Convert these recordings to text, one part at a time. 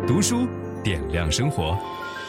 读书点亮生活。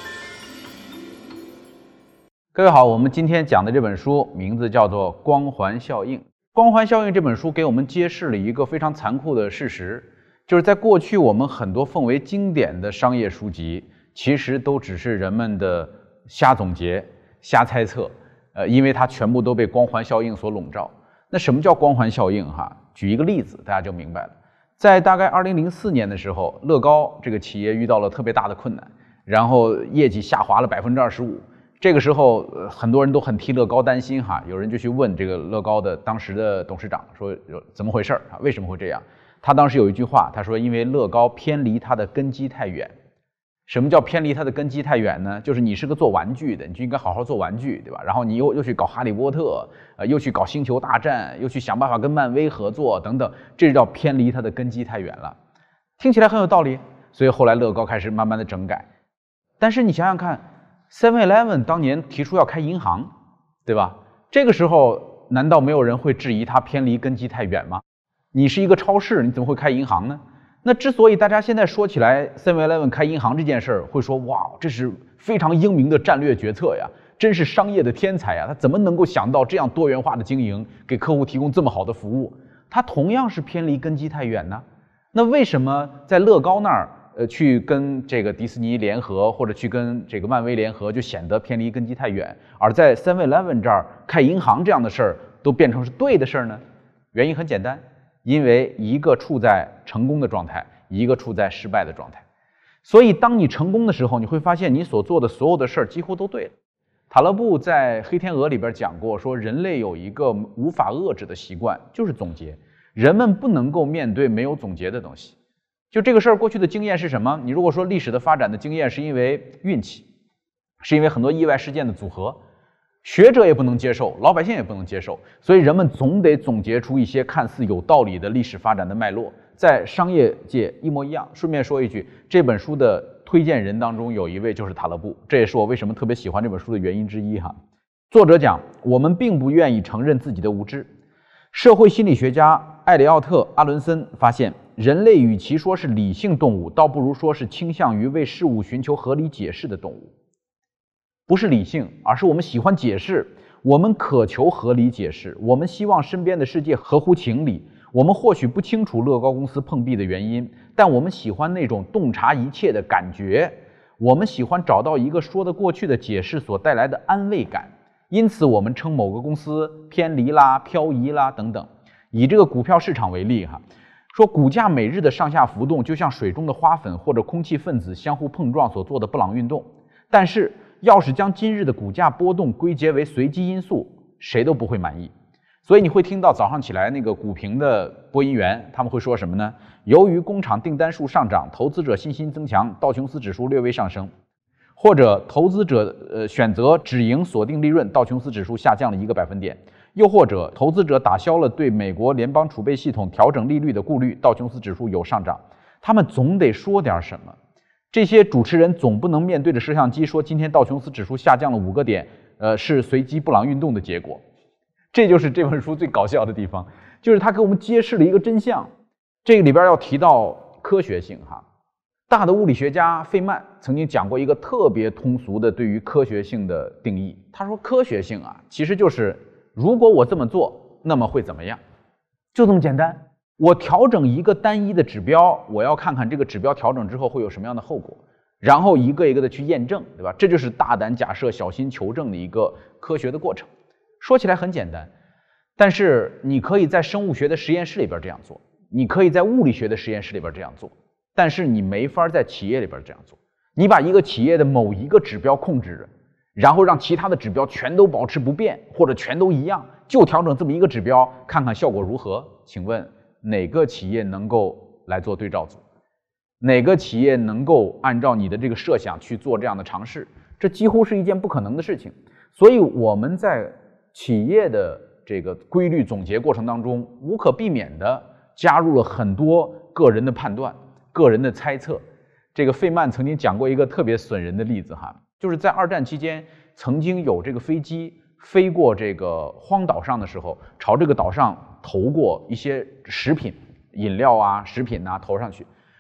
各位好，我们今天讲的这本书名字叫做《光环效应》。《光环效应》这本书给我们揭示了一个非常残酷的事实，就是在过去我们很多奉为经典的商业书籍，其实都只是人们的瞎总结、瞎猜测，因为它全部都被光环效应所笼罩。那什么叫光环效应？举一个例子，大家就明白了。在大概2004年的时候，乐高这个企业遇到了特别大的困难，然后业绩下滑了25%。这个时候，很多人都很替乐高担心有人就去问这个乐高的当时的董事长说怎么回事为什么会这样？他当时有一句话，他说因为乐高偏离它的根基太远。什么叫偏离它的根基太远呢？就是你是个做玩具的，你就应该好好做玩具，对吧？然后你又去搞哈利波特，又去搞星球大战，又去想办法跟漫威合作等等，这叫偏离它的根基太远了。听起来很有道理，所以后来乐高开始慢慢的整改。但是你想想看 7-Eleven 当年提出要开银行，对吧？这个时候难道没有人会质疑它偏离根基太远吗？你是一个超市，你怎么会开银行呢？那之所以大家现在说起来 7-Eleven 开银行这件事儿，会说哇，这是非常英明的战略决策呀，真是商业的天才呀，他怎么能够想到这样多元化的经营，给客户提供这么好的服务？他同样是偏离根基太远呢。那为什么在乐高那儿去跟这个迪士尼联合，或者去跟这个漫威联合，就显得偏离根基太远，而在 7-Eleven 这儿开银行这样的事儿都变成是对的事儿呢？原因很简单，因为一个处在成功的状态，一个处在失败的状态。所以当你成功的时候，你会发现你所做的所有的事儿几乎都对了。塔勒布在《黑天鹅》里边讲过，说人类有一个无法遏制的习惯，就是总结。人们不能够面对没有总结的东西。就这个事儿，过去的经验是什么？你如果说历史的发展的经验是因为运气，是因为很多意外事件的组合，学者也不能接受，老百姓也不能接受，所以人们总得总结出一些看似有道理的历史发展的脉络。在商业界一模一样。顺便说一句，这本书的推荐人当中有一位就是塔勒布，这也是我为什么特别喜欢这本书的原因之一作者讲，我们并不愿意承认自己的无知。社会心理学家艾里奥特·阿伦森发现，人类与其说是理性动物，倒不如说是倾向于为事物寻求合理解释的动物。不是理性，而是我们喜欢解释，我们渴求合理解释，我们希望身边的世界合乎情理。我们或许不清楚乐高公司碰壁的原因，但我们喜欢那种洞察一切的感觉，我们喜欢找到一个说得过去的解释所带来的安慰感。因此我们称某个公司偏离啦、漂移啦等等。以这个股票市场为例说股价每日的上下浮动就像水中的花粉或者空气分子相互碰撞所做的布朗运动。但是要是将今日的股价波动归结为随机因素，谁都不会满意。所以你会听到早上起来那个股评的播音员，他们会说什么呢？由于工厂订单数上涨，投资者信心增强，道琼斯指数略微上升。或者投资者选择止盈锁定利润，道琼斯指数下降了1个百分点。又或者投资者打消了对美国联邦储备系统调整利率的顾虑，道琼斯指数有上涨。他们总得说点什么。这些主持人总不能面对着摄像机说今天道琼斯指数下降了5个点，是随机布朗运动的结果。这就是这本书最搞笑的地方，就是它给我们揭示了一个真相。这个里边要提到科学性大的物理学家费曼曾经讲过一个特别通俗的对于科学性的定义。他说科学性其实就是如果我这么做，那么会怎么样？就这么简单。我调整一个单一的指标，我要看看这个指标调整之后会有什么样的后果，然后一个一个的去验证，对吧？这就是大胆假设、小心求证的一个科学的过程。说起来很简单，但是你可以在生物学的实验室里边这样做，你可以在物理学的实验室里边这样做，但是你没法在企业里边这样做。你把一个企业的某一个指标控制着，然后让其他的指标全都保持不变，或者全都一样，就调整这么一个指标，看看效果如何。请问哪个企业能够来做对照组？哪个企业能够按照你的这个设想去做这样的尝试？这几乎是一件不可能的事情。所以我们在企业的这个规律总结过程当中，无可避免地加入了很多个人的判断、个人的猜测。这个费曼曾经讲过一个特别损人的例子就是在2战期间，曾经有这个飞机飞过这个荒岛上的时候，朝这个岛上投过一些食品、饮料食品投上去。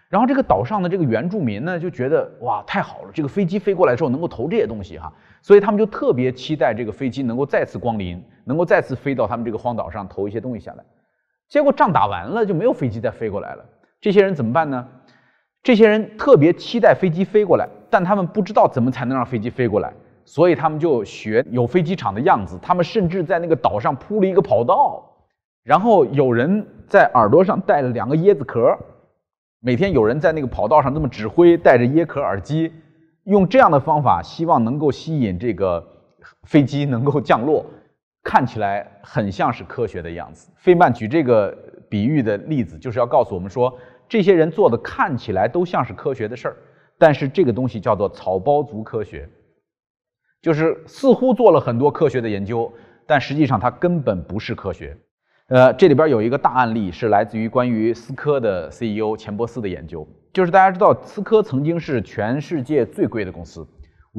然后这个岛上的这个原住民呢就觉得哇太好了，这个飞机飞过来之后能够投这些东西哈，所以他们就特别期待这个飞机能够再次光临，能够再次飞到他们这个荒岛上投一些东西下来。结果仗打完了就没有飞机再飞过来了，这些人怎么办呢？这些人特别期待飞机飞过来，但他们不知道怎么才能让飞机飞过来，所以他们就学有飞机场的样子，他们甚至在那个岛上铺了一个跑道，然后有人在耳朵上戴了2个椰子壳，每天有人在那个跑道上这么指挥，戴着椰壳耳机，用这样的方法希望能够吸引这个飞机能够降落，看起来很像是科学的样子。费曼举这个比喻的例子就是要告诉我们说，这些人做的看起来都像是科学的事儿，但是这个东西叫做草包族科学，就是似乎做了很多科学的研究，但实际上它根本不是科学。这里边有一个大案例是来自于关于思科的 CEO 钱伯斯的研究，就是大家知道思科曾经是全世界最贵的公司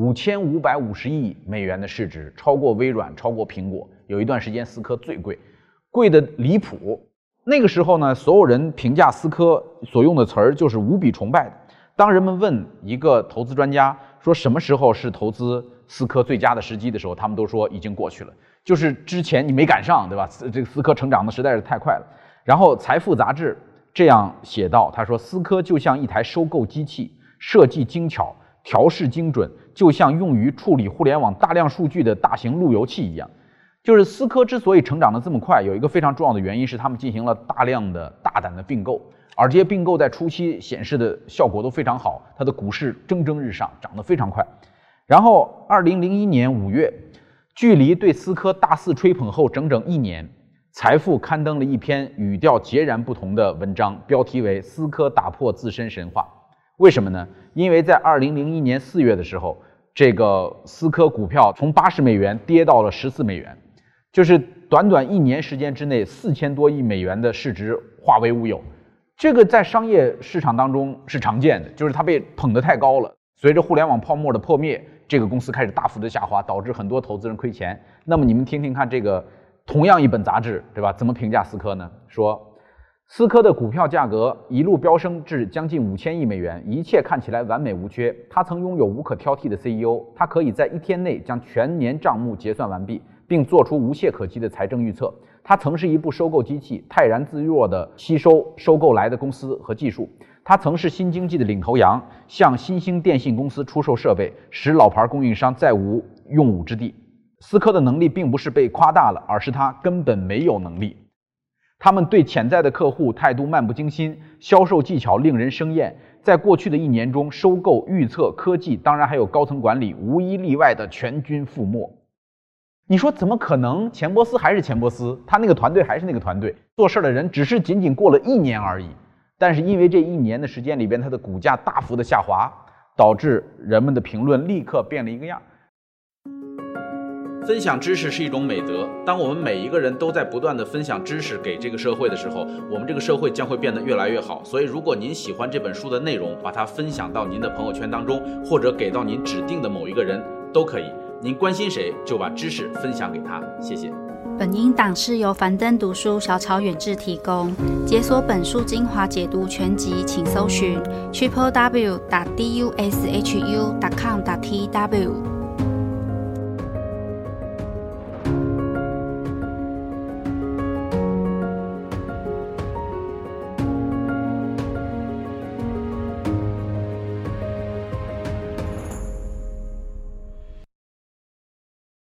，5550亿美元的市值，超过微软，超过苹果，有一段时间思科最贵，贵的离谱。那个时候呢，所有人评价思科所用的词儿就是无比崇拜的。当人们问一个投资专家说什么时候是投资思科最佳的时机的时候，他们都说已经过去了，就是之前你没赶上，对吧？这个思科成长的实在是太快了。然后财富杂志这样写道，他说思科就像一台收购机器，设计精巧，调试精准，就像用于处理互联网大量数据的大型路由器一样。就是思科之所以成长得这么快，有一个非常重要的原因是他们进行了大量的大胆的并购，而这些并购在初期显示的效果都非常好，它的股市蒸蒸日上，涨得非常快。然后2001年5月，距离对思科大肆吹捧后整整1年，财富刊登了一篇语调截然不同的文章，标题为思科打破自身神话。为什么呢？因为在2001年4月的时候，这个思科股票从80美元跌到了14美元，就是短短1年时间之内，4000多亿美元的市值化为乌有。这个在商业市场当中是常见的，就是它被捧得太高了。随着互联网泡沫的破灭，这个公司开始大幅的下滑，导致很多投资人亏钱。那么你们听听看，这个同样一本杂志，对吧？怎么评价思科呢？说思科的股票价格一路飙升至将近5000亿美元，一切看起来完美无缺。他曾拥有无可挑剔的 CEO， 他可以在1天内将全年账目结算完毕，并做出无懈可击的财政预测。他曾是一部收购机器，泰然自若地吸收收购来的公司和技术。他曾是新经济的领头羊，向新兴电信公司出售设备，使老牌供应商再无用武之地。思科的能力并不是被夸大了，而是他根本没有能力。他们对潜在的客户态度漫不经心，销售技巧令人生厌。在过去的1年中，收购、预测、科技，当然还有高层管理，无一例外的全军覆没。你说怎么可能？钱伯斯还是钱伯斯，他那个团队还是那个团队，做事的人只是仅仅过了1年而已。但是因为这1年的时间里边，它的股价大幅的下滑，导致人们的评论立刻变了一个样。分享知识是一种美德，当我们每一个人都在不断的分享知识给这个社会的时候，我们这个社会将会变得越来越好。所以如果您喜欢这本书的内容，把它分享到您的朋友圈当中，或者给到您指定的某一个人都可以。您关心谁，就把知识分享给他。谢谢。 本音档是由樊登读书小草远志提供。解锁本书精华解读全集，请搜寻 www.dushu.com.tw